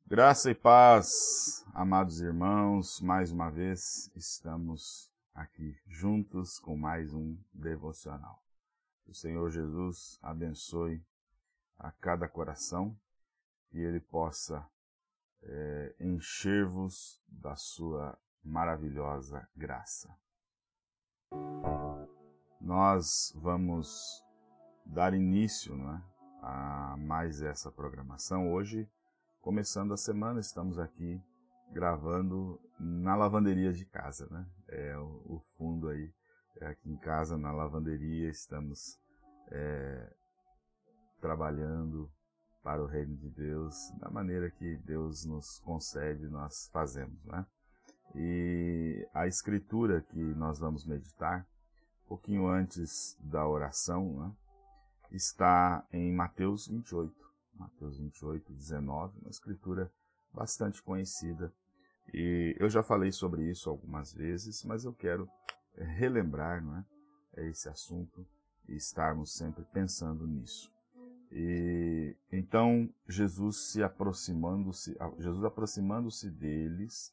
Graça e paz, amados irmãos, mais uma vez estamos aqui juntos com mais um devocional. Que o Senhor Jesus abençoe a cada coração e Ele possa encher-vos da sua maravilhosa graça. Nós vamos dar início, a mais essa programação. Hoje, começando a semana, estamos aqui gravando na lavanderia de casa, o fundo aí, aqui em casa, na lavanderia, estamos trabalhando para o reino de Deus, da maneira que Deus nos concede, nós fazemos, E a escritura que nós vamos meditar, um pouquinho antes da oração, está em Mateus 28. Mateus 28, 19, uma escritura bastante conhecida. E eu já falei sobre isso algumas vezes, mas eu quero relembrar esse assunto e estarmos sempre pensando nisso. E então, Jesus aproximando-se deles,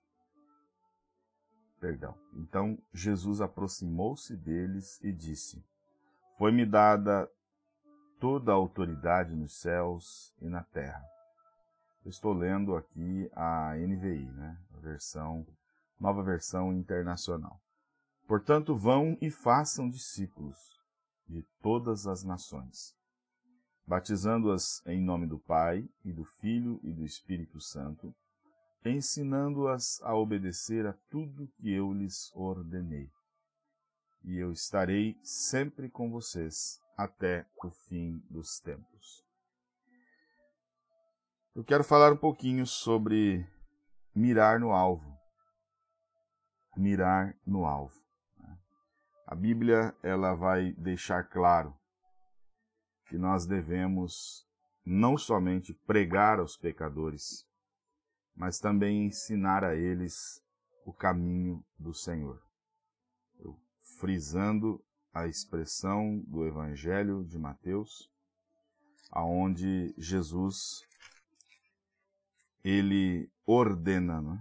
Então, Jesus aproximou-se deles e disse: Foi-me dada toda a autoridade nos céus e na terra. Eu estou lendo aqui a NVI, Nova Versão Internacional. Portanto, vão e façam discípulos de todas as nações, batizando-as em nome do Pai, e do Filho e do Espírito Santo, ensinando-as a obedecer a tudo que eu lhes ordenei. E eu estarei sempre com vocês até o fim dos tempos. Eu quero falar um pouquinho sobre mirar no alvo. Mirar no alvo. A Bíblia, ela vai deixar claro que nós devemos não somente pregar aos pecadores, mas também ensinar a eles o caminho do Senhor. Frisando a expressão do Evangelho de Mateus, aonde Jesus, ele ordena,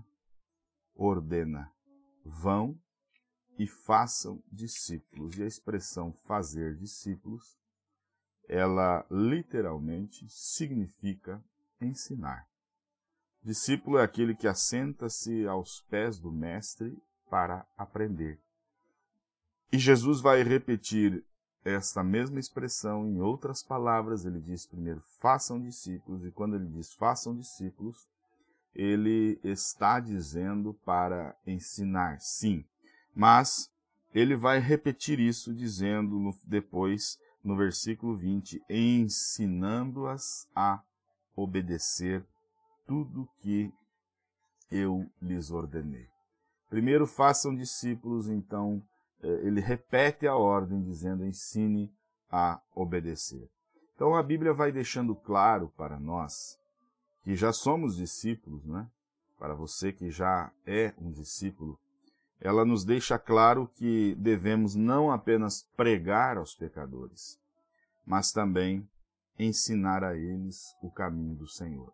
vão e façam discípulos. E a expressão fazer discípulos, ela literalmente significa ensinar. Discípulo é aquele que assenta-se aos pés do mestre para aprender. E Jesus vai repetir esta mesma expressão em outras palavras. Ele diz primeiro, façam discípulos, e quando ele diz façam discípulos, ele está dizendo para ensinar, sim. Mas ele vai repetir isso dizendo depois, no versículo 20, ensinando-as a obedecer tudo que eu lhes ordenei. Primeiro façam discípulos, então ele repete a ordem dizendo ensine a obedecer. Então a Bíblia vai deixando claro para nós que já somos discípulos, Para você que já é um discípulo, ela nos deixa claro que devemos não apenas pregar aos pecadores, mas também ensinar a eles o caminho do Senhor.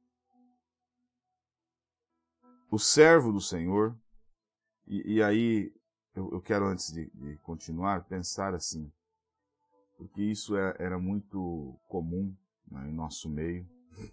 O servo do Senhor, e aí eu quero, antes de continuar, pensar assim, porque isso era muito comum em nosso meio.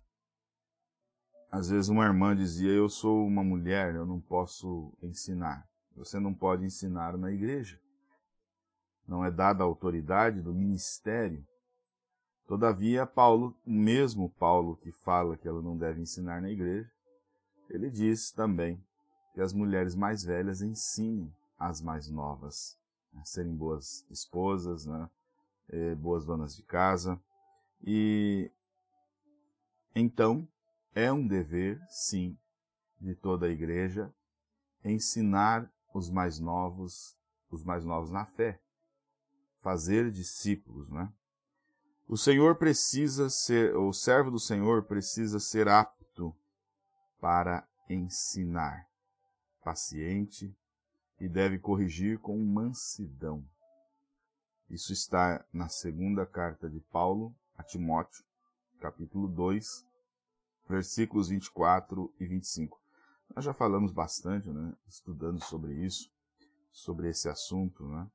Às vezes uma irmã dizia, eu sou uma mulher, eu não posso ensinar. Você não pode ensinar na igreja. Não é dada a autoridade do ministério. Todavia, Paulo, o mesmo Paulo que fala que ela não deve ensinar na igreja, ele diz também que as mulheres mais velhas ensinem as mais novas a serem boas esposas, boas donas de casa. E então é um dever, sim, de toda a igreja ensinar os mais novos na fé, fazer discípulos, O servo do Senhor precisa ser apto para ensinar, paciente, e deve corrigir com mansidão. Isso está na segunda carta de Paulo a Timóteo, capítulo 2, versículos 24 e 25. Nós já falamos bastante, né, estudando sobre isso, sobre esse assunto, né?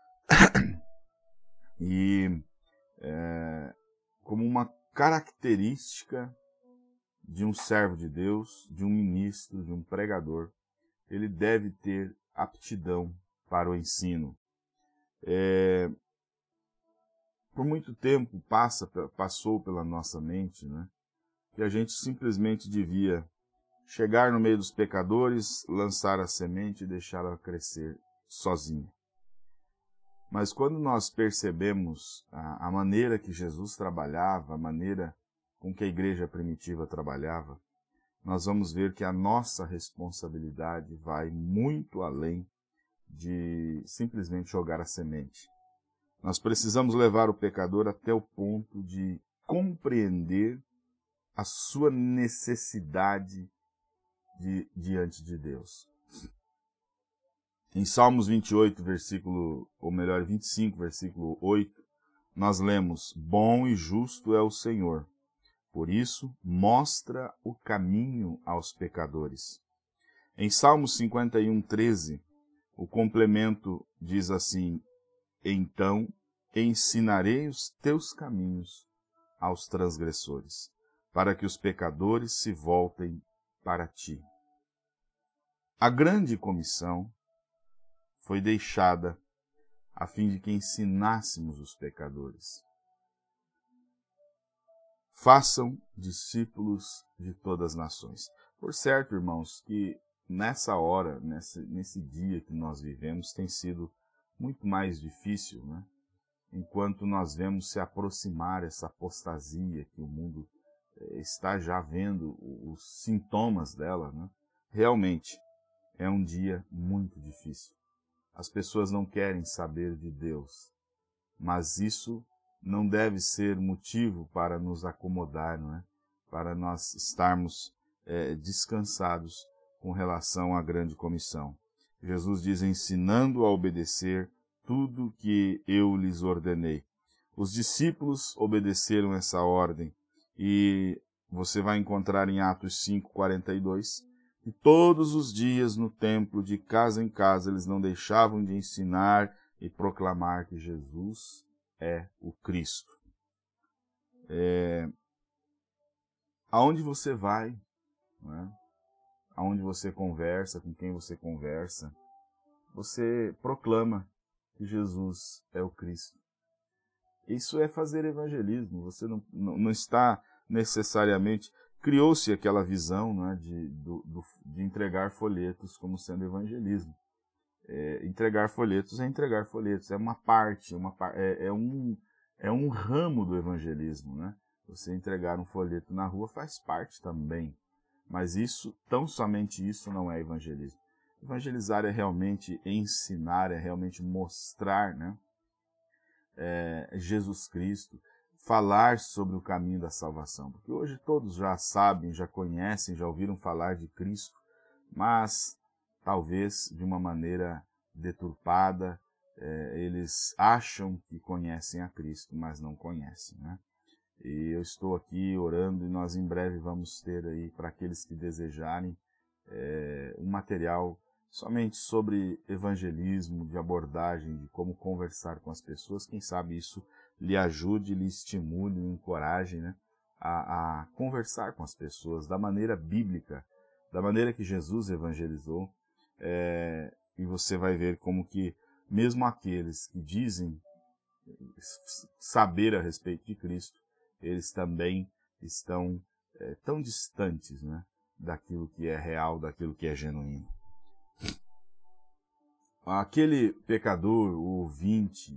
E como uma característica de um servo de Deus, de um ministro, de um pregador, ele deve ter aptidão para o ensino. Por muito tempo passou pela nossa mente, né, que a gente simplesmente devia chegar no meio dos pecadores, lançar a semente e deixá-la crescer sozinha. Mas quando nós percebemos a maneira que Jesus trabalhava, a maneira com que a igreja primitiva trabalhava, nós vamos ver que a nossa responsabilidade vai muito além de simplesmente jogar a semente. Nós precisamos levar o pecador até o ponto de compreender a sua necessidade diante de Deus. Em Salmos 28, 25, versículo 8, nós lemos: Bom e justo é o Senhor, por isso mostra o caminho aos pecadores. Em Salmos 51, 13, o complemento diz assim: Então ensinarei os teus caminhos aos transgressores, para que os pecadores se voltem para ti. A grande comissão foi deixada a fim de que ensinássemos os pecadores. Façam discípulos de todas as nações. Por certo, irmãos, que nessa hora, nesse dia que nós vivemos, tem sido muito mais difícil, né? Enquanto nós vemos se aproximar essa apostasia que o mundo está já vendo os sintomas dela, né? Realmente é um dia muito difícil. As pessoas não querem saber de Deus, mas isso não deve ser motivo para nos acomodar, não é? Para nós estarmos descansados com relação à grande comissão. Jesus diz: ensinando a obedecer tudo que eu lhes ordenei. Os discípulos obedeceram essa ordem, e você vai encontrar em Atos 5:42, e todos os dias no templo, de casa em casa, eles não deixavam de ensinar e proclamar que Jesus é o Cristo. Aonde você vai, né? Aonde você conversa, com quem você conversa, você proclama que Jesus é o Cristo. Isso é fazer evangelismo. Você não está necessariamente... Criou-se aquela visão, né, de entregar folhetos como sendo evangelismo. Entregar folhetos é entregar folhetos, é uma parte, é um ramo do evangelismo, né? Você entregar um folheto na rua faz parte também, mas isso, tão somente isso, não é evangelismo. Evangelizar é realmente ensinar, é realmente mostrar, né, Jesus Cristo, falar sobre o caminho da salvação, porque hoje todos já sabem, já conhecem, já ouviram falar de Cristo, mas talvez de uma maneira deturpada, eles acham que conhecem a Cristo, mas não conhecem, né? E eu estou aqui orando, e nós em breve vamos ter aí, para aqueles que desejarem, um material somente sobre evangelismo, de abordagem, de como conversar com as pessoas. Quem sabe isso lhe ajude, lhe estimule, lhe encoraje, né, a conversar com as pessoas da maneira bíblica, da maneira que Jesus evangelizou. E você vai ver como que mesmo aqueles que dizem saber a respeito de Cristo, eles também estão tão distantes, né, daquilo que é real, daquilo que é genuíno. Aquele pecador, o ouvinte,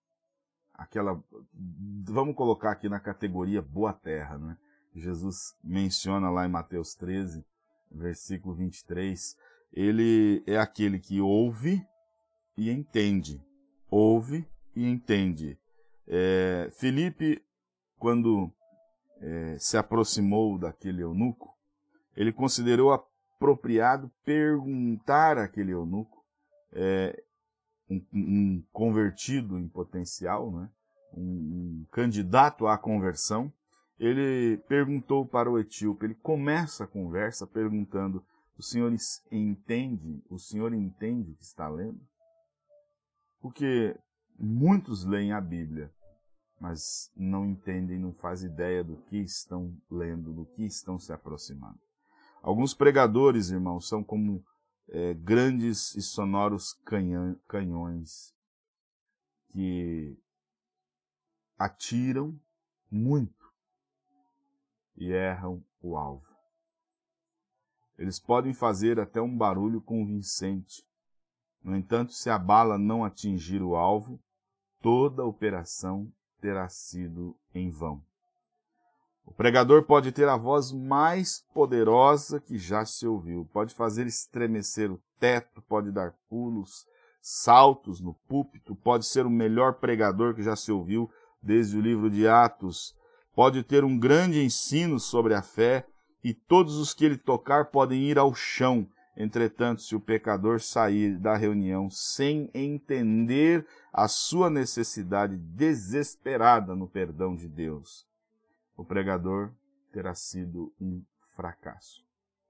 vamos colocar aqui na categoria boa terra, né? Jesus menciona lá em Mateus 13, versículo 23, ele é aquele que ouve e entende. Ouve e entende. Filipe, quando se aproximou daquele eunuco, ele considerou apropriado perguntar àquele eunuco, um convertido em potencial, né? Um candidato à conversão, ele perguntou para o etíope, ele começa a conversa perguntando, o senhor entende o que está lendo? Porque muitos leem a Bíblia, mas não entendem, não fazem ideia do que estão lendo, do que estão se aproximando. Alguns pregadores, irmãos, são como grandes e sonoros canhões que atiram muito e erram o alvo. Eles podem fazer até um barulho convincente. No entanto, se a bala não atingir o alvo, toda a operação terá sido em vão. O pregador pode ter a voz mais poderosa que já se ouviu, pode fazer estremecer o teto, pode dar pulos, saltos no púlpito, pode ser o melhor pregador que já se ouviu desde o livro de Atos, pode ter um grande ensino sobre a fé e todos os que ele tocar podem ir ao chão. Entretanto, se o pecador sair da reunião sem entender a sua necessidade desesperada no perdão de Deus, o pregador terá sido um fracasso.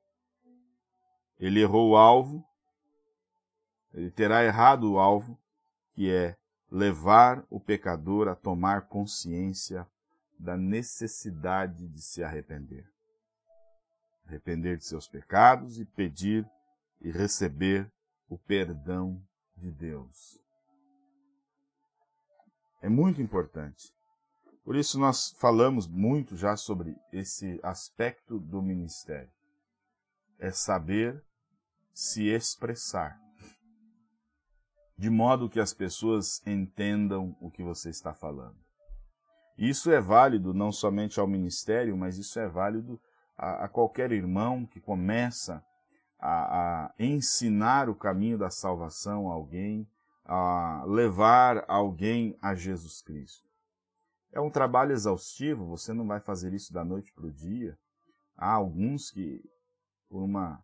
Ele errou o alvo, ele terá errado o alvo, que é levar o pecador a tomar consciência da necessidade de se arrepender. Arrepender de seus pecados e pedir e receber o perdão de Deus. É muito importante. Por isso nós falamos muito já sobre esse aspecto do ministério. É saber se expressar, de modo que as pessoas entendam o que você está falando. Isso é válido não somente ao ministério, mas isso é válido a qualquer irmão que começa a ensinar o caminho da salvação a alguém, a levar alguém a Jesus Cristo. É um trabalho exaustivo, você não vai fazer isso da noite para o dia. Há alguns que, por uma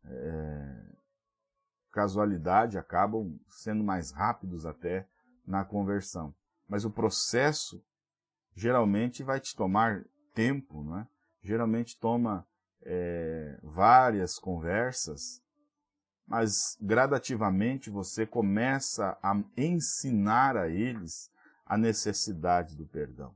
casualidade, acabam sendo mais rápidos até na conversão. Mas o processo geralmente vai te tomar tempo, não é? Geralmente toma várias conversas, mas gradativamente você começa a ensinar a eles a necessidade do perdão.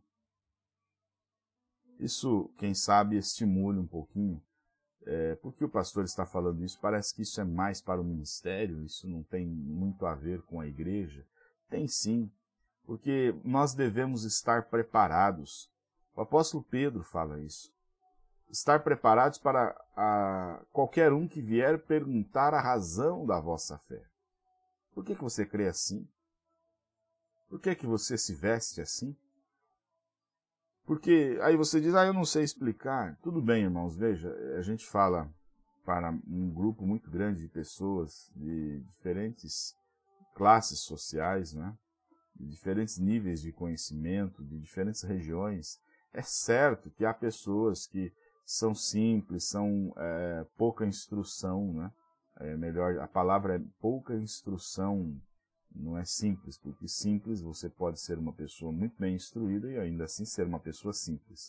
Isso, quem sabe, estimule um pouquinho. Por que o pastor está falando isso? Parece que isso é mais para o ministério, isso não tem muito a ver com a igreja. Tem sim, porque nós devemos estar preparados. O apóstolo Pedro fala isso. Estar preparados para qualquer um que vier perguntar a razão da vossa fé. Por que você crê assim? Por que você se veste assim? Porque aí você diz, eu não sei explicar. Tudo bem, irmãos, veja, a gente fala para um grupo muito grande de pessoas de diferentes classes sociais, né? De diferentes níveis de conhecimento, de diferentes regiões. É certo que há pessoas que são simples, são pouca instrução, né? Melhor, a palavra é pouca instrução, não é simples, porque simples você pode ser uma pessoa muito bem instruída e ainda assim ser uma pessoa simples.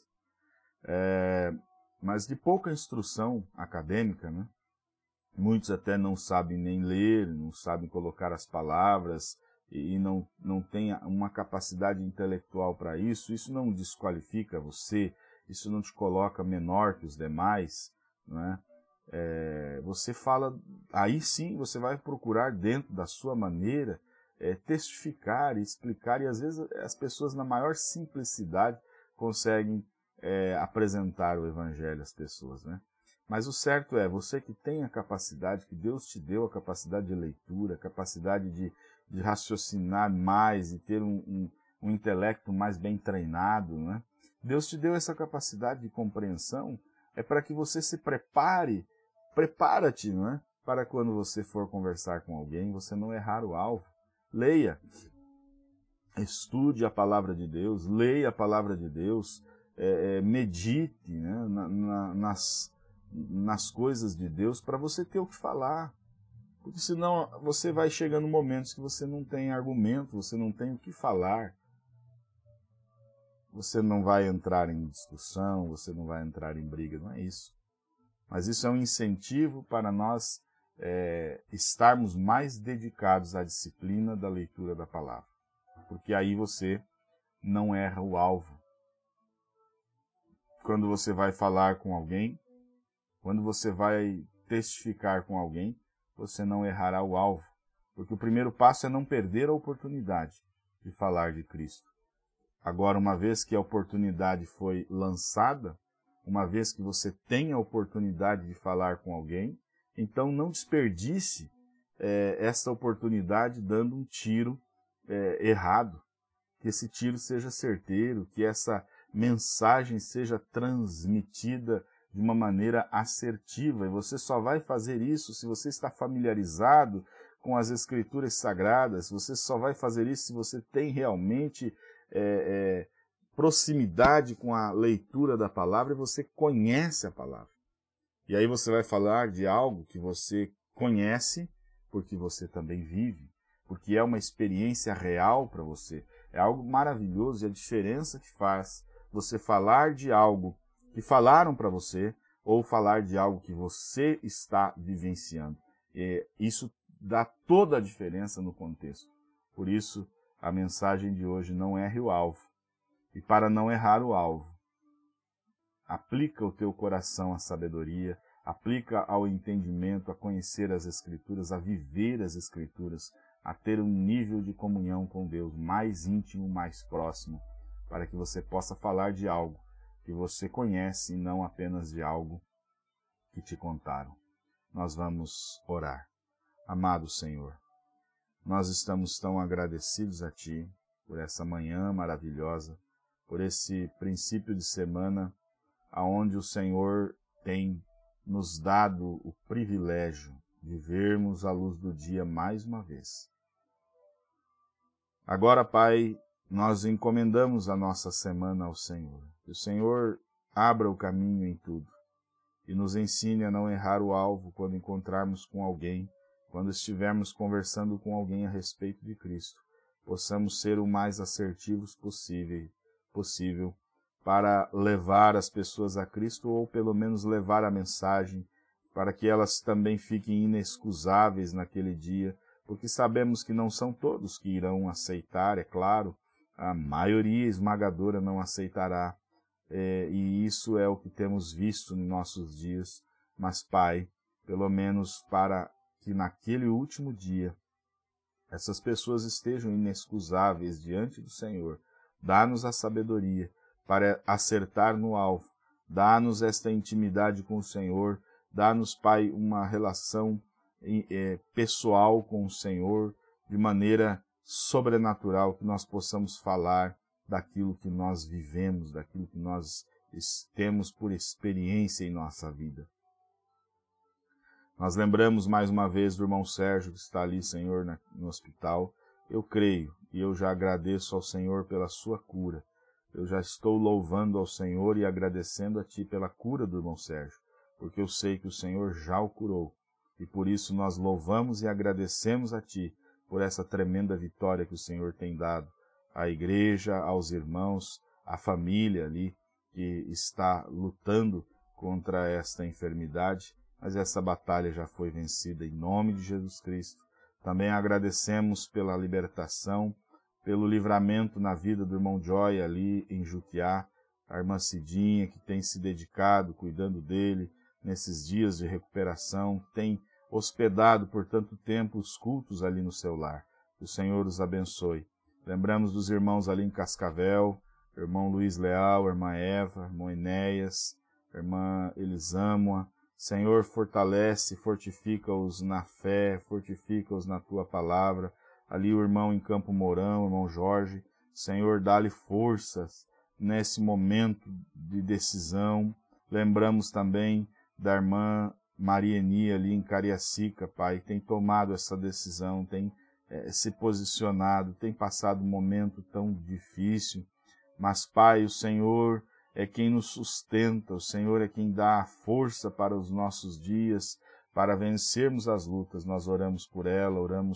Mas de pouca instrução acadêmica, né? Muitos até não sabem nem ler, não sabem colocar as palavras e não têm uma capacidade intelectual para isso. Isso não desqualifica você, isso não te coloca menor que os demais, não é? Você fala, aí sim você vai procurar dentro da sua maneira testificar e explicar, e às vezes as pessoas na maior simplicidade conseguem apresentar o evangelho às pessoas, né? Mas o certo é, você que tem a capacidade, que Deus te deu a capacidade de leitura, a capacidade de raciocinar mais e ter um intelecto mais bem treinado, né? Deus te deu essa capacidade de compreensão, é para que você se prepara-te, não é? Para quando você for conversar com alguém, você não errar o alvo. Leia, estude a palavra de Deus, leia a palavra de Deus, medite, né, nas coisas de Deus para você ter o que falar. Porque senão você vai chegando momentos que você não tem argumento, você não tem o que falar. você não vai entrar em discussão, você não vai entrar em briga, não é isso. Mas isso é um incentivo para nós estarmos mais dedicados à disciplina da leitura da palavra. Porque aí você não erra o alvo. Quando você vai falar com alguém, quando você vai testificar com alguém, você não errará o alvo. Porque o primeiro passo é não perder a oportunidade de falar de Cristo. Agora, uma vez que a oportunidade foi lançada, uma vez que você tem a oportunidade de falar com alguém, então não desperdice essa oportunidade dando um tiro errado. Que esse tiro seja certeiro, que essa mensagem seja transmitida de uma maneira assertiva. E você só vai fazer isso se você está familiarizado com as Escrituras Sagradas, você só vai fazer isso se você tem realmente proximidade com a leitura da palavra e você conhece a palavra. E aí você vai falar de algo que você conhece, porque você também vive, porque é uma experiência real para você. É algo maravilhoso e a diferença que faz você falar de algo que falaram para você ou falar de algo que você está vivenciando. Isso dá toda a diferença no contexto. Por isso, a mensagem de hoje não erre o alvo. E para não errar o alvo, aplica o teu coração à sabedoria, aplica ao entendimento, a conhecer as Escrituras, a viver as Escrituras, a ter um nível de comunhão com Deus mais íntimo, mais próximo, para que você possa falar de algo que você conhece e não apenas de algo que te contaram. Nós vamos orar. Amado Senhor, nós estamos tão agradecidos a Ti por essa manhã maravilhosa, por esse princípio de semana, aonde o Senhor tem nos dado o privilégio de vermos a luz do dia mais uma vez. Agora, Pai, nós encomendamos a nossa semana ao Senhor. Que o Senhor abra o caminho em tudo e nos ensine a não errar o alvo quando encontrarmos com alguém, quando estivermos conversando com alguém a respeito de Cristo. Possamos ser o mais assertivos possível para levar as pessoas a Cristo ou pelo menos levar a mensagem para que elas também fiquem inexcusáveis naquele dia, porque sabemos que não são todos que irão aceitar, é claro, a maioria esmagadora não aceitará, e isso é o que temos visto nos nossos dias, mas Pai, pelo menos para que naquele último dia essas pessoas estejam inexcusáveis diante do Senhor, dá-nos a sabedoria para acertar no alvo, dá-nos esta intimidade com o Senhor, dá-nos, Pai, uma relação pessoal com o Senhor, de maneira sobrenatural, que nós possamos falar daquilo que nós vivemos, daquilo que nós temos por experiência em nossa vida. Nós lembramos mais uma vez do irmão Sérgio, que está ali, Senhor, no hospital. Eu creio e eu já agradeço ao Senhor pela sua cura. Eu já estou louvando ao Senhor e agradecendo a Ti pela cura do irmão Sérgio, porque eu sei que o Senhor já o curou. E por isso nós louvamos e agradecemos a Ti por essa tremenda vitória que o Senhor tem dado à igreja, aos irmãos, à família ali que está lutando contra esta enfermidade, mas essa batalha já foi vencida em nome de Jesus Cristo. Também agradecemos pela libertação, pelo livramento na vida do irmão Joy ali em Jutiá, a irmã Cidinha que tem se dedicado, cuidando dele nesses dias de recuperação, tem hospedado por tanto tempo os cultos ali no seu lar. Que o Senhor os abençoe. Lembramos dos irmãos ali em Cascavel, irmão Luiz Leal, irmã Eva, irmão Enéas, irmã Elisâmoa. Senhor, fortalece, fortifica-os na fé, fortifica-os na Tua palavra. Ali o irmão em Campo Mourão, o irmão Jorge. Senhor, dá-lhe forças nesse momento de decisão. Lembramos também da irmã Marieni ali em Cariacica, Pai, tem tomado essa decisão, tem se posicionado, tem passado um momento tão difícil, mas Pai, o Senhor é quem nos sustenta, o Senhor é quem dá a força para os nossos dias, para vencermos as lutas. Nós oramos por ela, oramos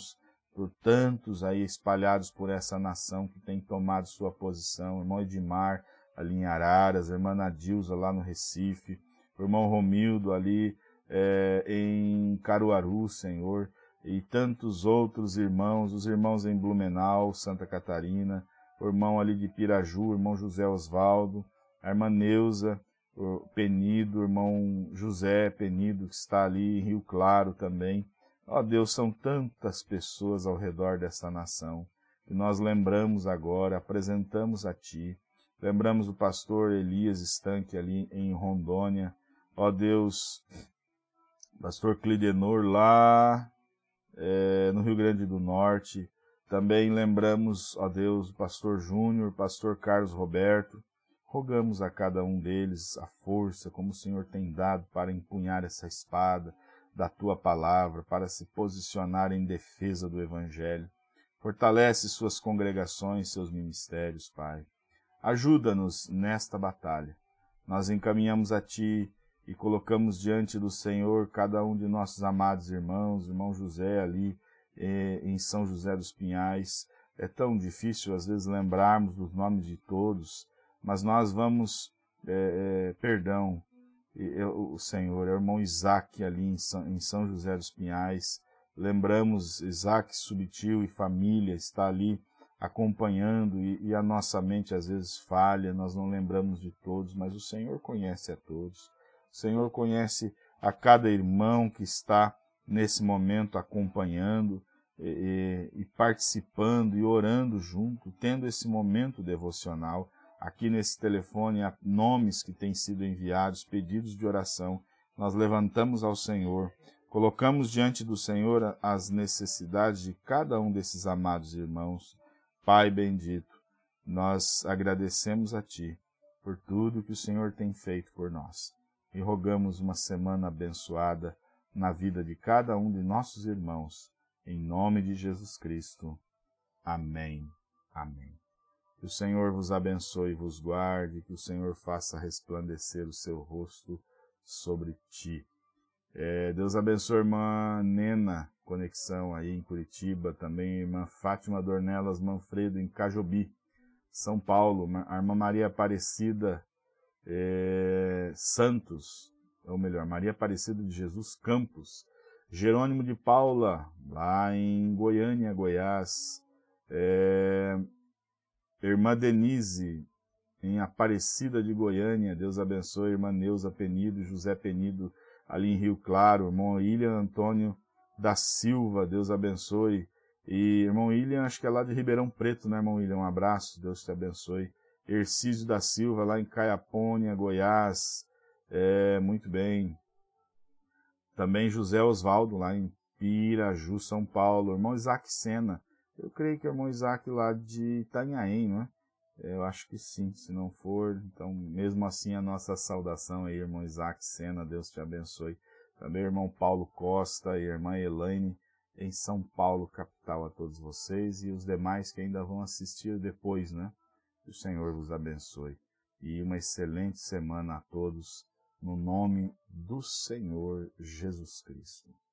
por tantos aí espalhados por essa nação que tem tomado sua posição, irmão Edmar ali em Araras, irmã Nadilza lá no Recife, o irmão Romildo ali em Caruaru, Senhor, e tantos outros irmãos, os irmãos em Blumenau, Santa Catarina, o irmão ali de Piraju, o irmão José Osvaldo, a irmã Neuza Penido, o irmão José Penido, que está ali em Rio Claro também. Ó Deus, são tantas pessoas ao redor dessa nação, que nós lembramos agora, apresentamos a Ti. Lembramos o pastor Elias Estanque ali em Rondônia. Ó Deus, pastor Clidenor lá no Rio Grande do Norte. Também lembramos, ó Deus, o pastor Júnior, pastor Carlos Roberto. Rogamos a cada um deles a força, como o Senhor tem dado, para empunhar essa espada da Tua palavra, para se posicionar em defesa do Evangelho. Fortalece suas congregações, seus ministérios, Pai. Ajuda-nos nesta batalha. Nós encaminhamos a Ti e colocamos diante do Senhor cada um de nossos amados irmãos, irmão José ali em São José dos Pinhais. É tão difícil às vezes lembrarmos dos nomes de todos, mas nós vamos, o Senhor, é o irmão Isaac ali em São José dos Pinhais. Lembramos Isaac Subtil e família, está ali acompanhando, e a nossa mente às vezes falha, nós não lembramos de todos, mas o Senhor conhece a todos. O Senhor conhece a cada irmão que está nesse momento acompanhando e participando e orando junto, tendo esse momento devocional. Aqui nesse telefone há nomes que têm sido enviados, pedidos de oração. Nós levantamos ao Senhor, colocamos diante do Senhor as necessidades de cada um desses amados irmãos. Pai bendito, nós agradecemos a Ti por tudo que o Senhor tem feito por nós. E rogamos uma semana abençoada na vida de cada um de nossos irmãos. Em nome de Jesus Cristo. Amém. Amém. Que o Senhor vos abençoe e vos guarde, que o Senhor faça resplandecer o seu rosto sobre ti. Deus abençoe a irmã Nena, conexão aí em Curitiba, também a irmã Fátima Dornelas Manfredo, em Cajobi, São Paulo, a irmã Maria Aparecida Santos, ou melhor, Maria Aparecida de Jesus Campos, Jerônimo de Paula, lá em Goiânia, Goiás, irmã Denise, em Aparecida de Goiânia. Deus abençoe a irmã Neuza Penido, José Penido, ali em Rio Claro, irmão William Antônio da Silva, Deus abençoe. E irmão William, acho que é lá de Ribeirão Preto, né, irmão William? Um abraço, Deus te abençoe. Ercísio da Silva, lá em Caiapônia, Goiás, muito bem. Também José Osvaldo, lá em Piraju, São Paulo. Irmão Isaac Sena, eu creio que é o irmão Isaac lá de Itanhaém, não é? Eu acho que sim, se não for, então mesmo assim a nossa saudação aí, irmão Isaac Sena, Deus te abençoe. Também irmão Paulo Costa e irmã Elaine em São Paulo, capital, a todos vocês e os demais que ainda vão assistir depois, né? Que o Senhor vos abençoe. E uma excelente semana a todos, no nome do Senhor Jesus Cristo.